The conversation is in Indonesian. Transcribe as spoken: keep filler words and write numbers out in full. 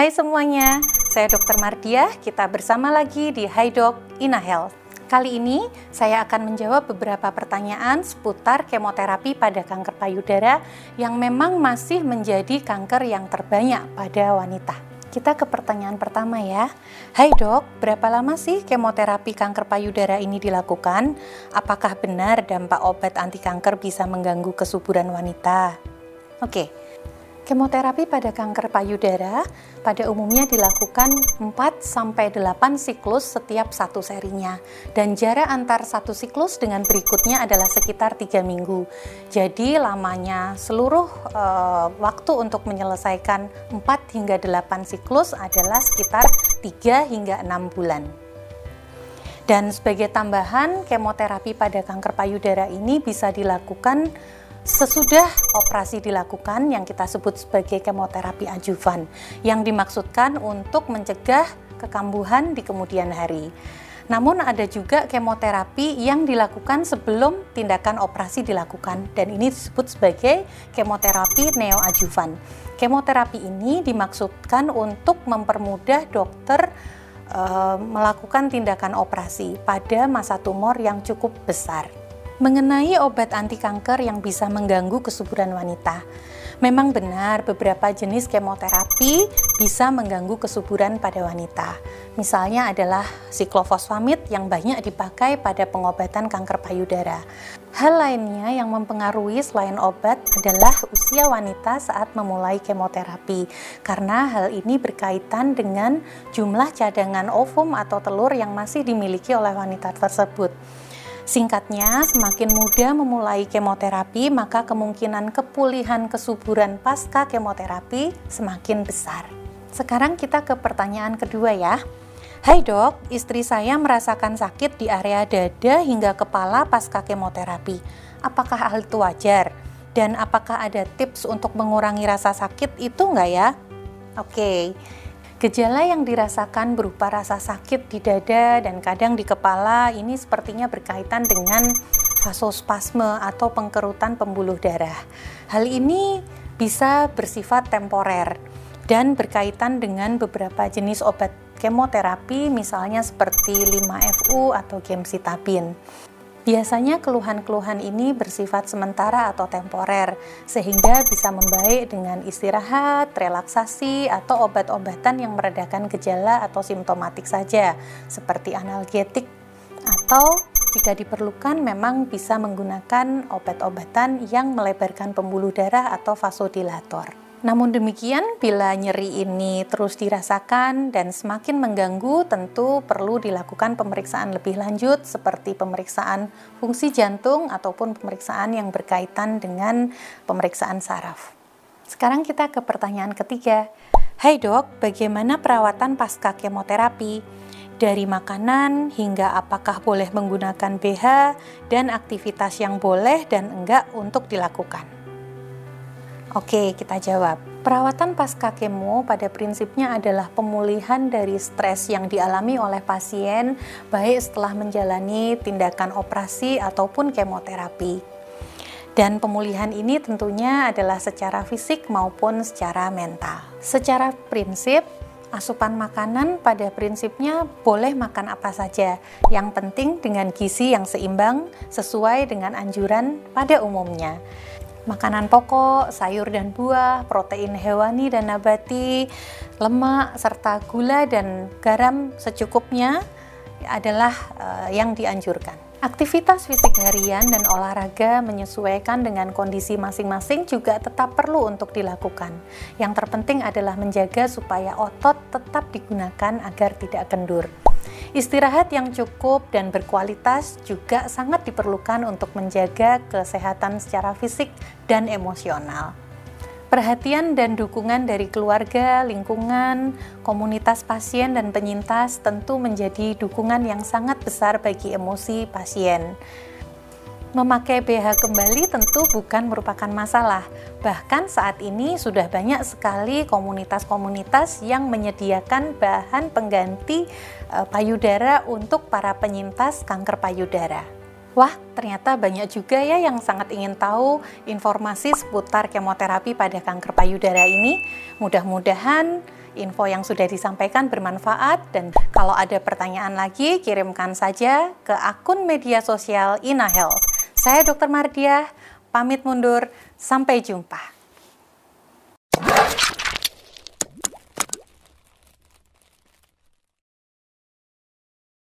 Hai semuanya, saya dokter Mardiah. Kita bersama lagi di Hi Doc Ina Health. Kali ini saya akan menjawab beberapa pertanyaan seputar kemoterapi pada kanker payudara yang memang masih menjadi kanker yang terbanyak pada wanita. Kita ke pertanyaan pertama ya. Hai dok, berapa lama sih kemoterapi kanker payudara ini dilakukan? Apakah benar dampak obat anti kanker bisa mengganggu kesuburan wanita? Oke. Kemoterapi pada kanker payudara pada umumnya dilakukan empat sampai delapan siklus setiap satu serinya, dan jarak antar satu siklus dengan berikutnya adalah sekitar tiga minggu. Jadi lamanya seluruh e, waktu untuk menyelesaikan empat hingga delapan siklus adalah sekitar tiga hingga enam bulan. Dan sebagai tambahan, kemoterapi pada kanker payudara ini bisa dilakukan sesudah operasi dilakukan yang kita sebut sebagai kemoterapi adjuvan, yang dimaksudkan untuk mencegah kekambuhan di kemudian hari. Namun ada juga kemoterapi yang dilakukan sebelum tindakan operasi dilakukan, dan ini disebut sebagai kemoterapi neoadjuvan. Kemoterapi ini dimaksudkan untuk mempermudah dokter e, melakukan tindakan operasi pada masa tumor yang cukup besar. Mengenai obat anti kanker yang bisa mengganggu kesuburan wanita, memang benar beberapa jenis kemoterapi bisa mengganggu kesuburan pada wanita. Misalnya adalah siklofosfamid yang banyak dipakai pada pengobatan kanker payudara. Hal lainnya yang mempengaruhi selain obat adalah usia wanita saat memulai kemoterapi, karena hal ini berkaitan dengan jumlah cadangan ovum atau telur yang masih dimiliki oleh wanita tersebut. Singkatnya, semakin muda memulai kemoterapi, maka kemungkinan kepulihan kesuburan pasca kemoterapi semakin besar. Sekarang kita ke pertanyaan kedua ya. Hai dok, istri saya merasakan sakit di area dada hingga kepala pasca kemoterapi. Apakah hal itu wajar? Dan apakah ada tips untuk mengurangi rasa sakit itu enggak ya? Oke. Gejala yang dirasakan berupa rasa sakit di dada dan kadang di kepala ini sepertinya berkaitan dengan vasospasme atau pengkerutan pembuluh darah. Hal ini bisa bersifat temporer dan berkaitan dengan beberapa jenis obat kemoterapi, misalnya seperti lima F U atau gemcitabine. Biasanya keluhan-keluhan ini bersifat sementara atau temporer, sehingga bisa membaik dengan istirahat, relaksasi, atau obat-obatan yang meredakan gejala atau simptomatik saja, seperti analgetik, atau jika diperlukan memang bisa menggunakan obat-obatan yang melebarkan pembuluh darah atau vasodilator. Namun demikian, bila nyeri ini terus dirasakan dan semakin mengganggu, tentu perlu dilakukan pemeriksaan lebih lanjut seperti pemeriksaan fungsi jantung ataupun pemeriksaan yang berkaitan dengan pemeriksaan saraf. Sekarang kita ke pertanyaan ketiga. Hai dok, bagaimana perawatan pasca kemoterapi? Dari makanan hingga apakah boleh menggunakan B H dan aktivitas yang boleh dan enggak untuk dilakukan? Oke, kita jawab. Perawatan pasca kemo pada prinsipnya adalah pemulihan dari stres yang dialami oleh pasien baik setelah menjalani tindakan operasi ataupun kemoterapi. Dan pemulihan ini tentunya adalah secara fisik maupun secara mental. Secara prinsip, asupan makanan pada prinsipnya boleh makan apa saja, yang penting dengan gizi yang seimbang sesuai dengan anjuran pada umumnya. Makanan pokok, sayur dan buah, protein hewani dan nabati, lemak, serta gula dan garam secukupnya adalah uh, yang dianjurkan. Aktivitas fisik harian dan olahraga menyesuaikan dengan kondisi masing-masing juga tetap perlu untuk dilakukan. Yang terpenting adalah menjaga supaya otot tetap digunakan agar tidak kendur. Istirahat yang cukup dan berkualitas juga sangat diperlukan untuk menjaga kesehatan secara fisik dan emosional. Perhatian dan dukungan dari keluarga, lingkungan, komunitas pasien dan penyintas tentu menjadi dukungan yang sangat besar bagi emosi pasien. Memakai B H kembali tentu bukan merupakan masalah. Bahkan saat ini sudah banyak sekali komunitas-komunitas yang menyediakan bahan pengganti e, payudara untuk para penyintas kanker payudara. Wah, ternyata banyak juga ya yang sangat ingin tahu informasi seputar kemoterapi pada kanker payudara ini. Mudah-mudahan info yang sudah disampaikan bermanfaat, dan kalau ada pertanyaan lagi, kirimkan saja ke akun media sosial InaHealth. Saya dokter Mardiah, pamit mundur, sampai jumpa.